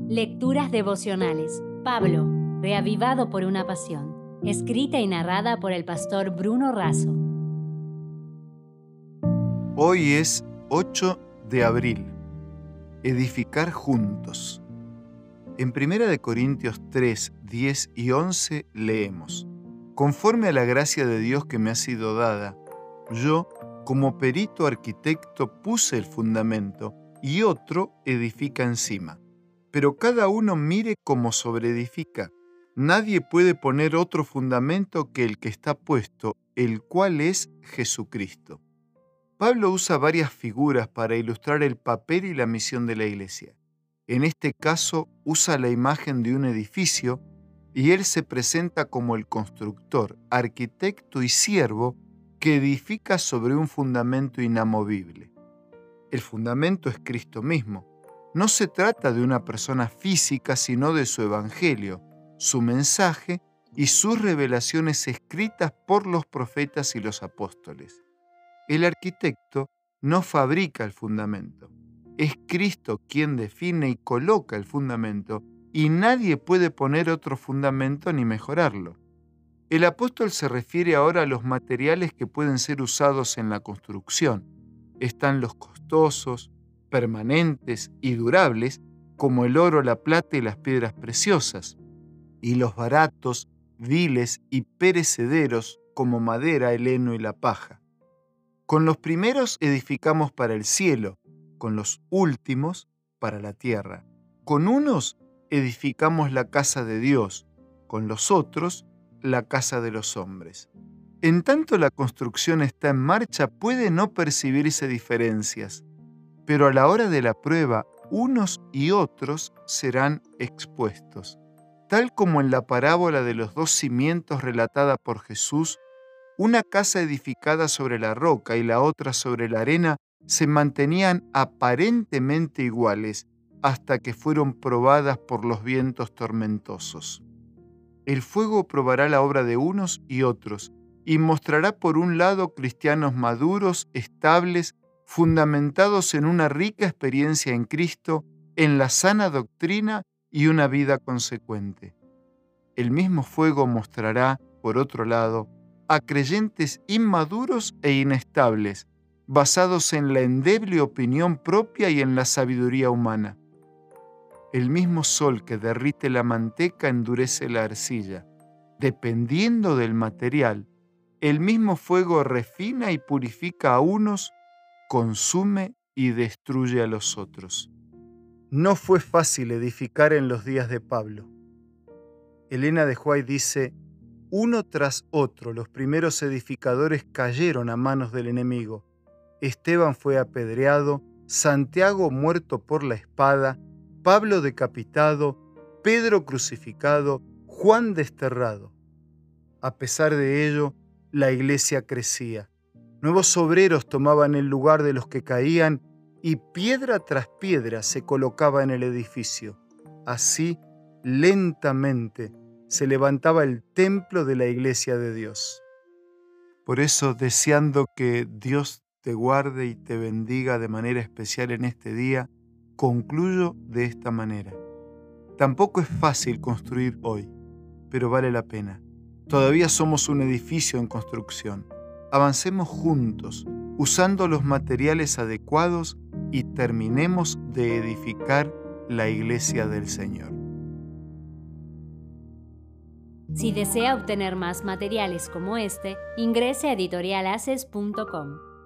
Lecturas devocionales. Pablo, reavivado por una pasión. Escrita y narrada por el pastor Bruno Razo. Hoy es 8 de abril. Edificar juntos. En 1 Corintios 3, 10 y 11 leemos: Conforme a la gracia de Dios que me ha sido dada, yo, como perito arquitecto, puse el fundamento y otro edifica encima. Pero cada uno mire cómo sobreedifica. Nadie puede poner otro fundamento que el que está puesto, el cual es Jesucristo. Pablo usa varias figuras para ilustrar el papel y la misión de la iglesia. En este caso, usa la imagen de un edificio y él se presenta como el constructor, arquitecto y siervo que edifica sobre un fundamento inamovible. El fundamento es Cristo mismo. No se trata de una persona física, sino de su evangelio, su mensaje y sus revelaciones escritas por los profetas y los apóstoles. El arquitecto no fabrica el fundamento. Es Cristo quien define y coloca el fundamento, y nadie puede poner otro fundamento ni mejorarlo. El apóstol se refiere ahora a los materiales que pueden ser usados en la construcción. Están los costosos, permanentes y durables, como el oro, la plata y las piedras preciosas, y los baratos, viles y perecederos, como madera, el heno y la paja. Con los primeros edificamos para el cielo, con los últimos para la tierra. Con unos edificamos la casa de Dios, con los otros la casa de los hombres. En tanto la construcción está en marcha, puede no percibirse diferencias, pero a la hora de la prueba, unos y otros serán expuestos. Tal como en la parábola de los dos cimientos relatada por Jesús, una casa edificada sobre la roca y la otra sobre la arena se mantenían aparentemente iguales hasta que fueron probadas por los vientos tormentosos. El fuego probará la obra de unos y otros y mostrará por un lado cristianos maduros, estables, fundamentados en una rica experiencia en Cristo, en la sana doctrina y una vida consecuente. El mismo fuego mostrará, por otro lado, a creyentes inmaduros e inestables, basados en la endeble opinión propia y en la sabiduría humana. El mismo sol que derrite la manteca endurece la arcilla. Dependiendo del material, el mismo fuego refina y purifica a unos, consume y destruye a los otros. No fue fácil edificar en los días de Pablo. Elena de White dice: uno tras otro, los primeros edificadores cayeron a manos del enemigo. Esteban fue apedreado, Santiago muerto por la espada, Pablo decapitado, Pedro crucificado, Juan desterrado. A pesar de ello, la iglesia crecía. Nuevos obreros tomaban el lugar de los que caían y piedra tras piedra se colocaba en el edificio. Así, lentamente, se levantaba el templo de la iglesia de Dios. Por eso, deseando que Dios te guarde y te bendiga de manera especial en este día, concluyo de esta manera. Tampoco es fácil construir hoy, pero vale la pena. Todavía somos un edificio en construcción. Avancemos juntos, usando los materiales adecuados y terminemos de edificar la iglesia del Señor. Si desea obtener más materiales como este, ingrese a editorialaces.com.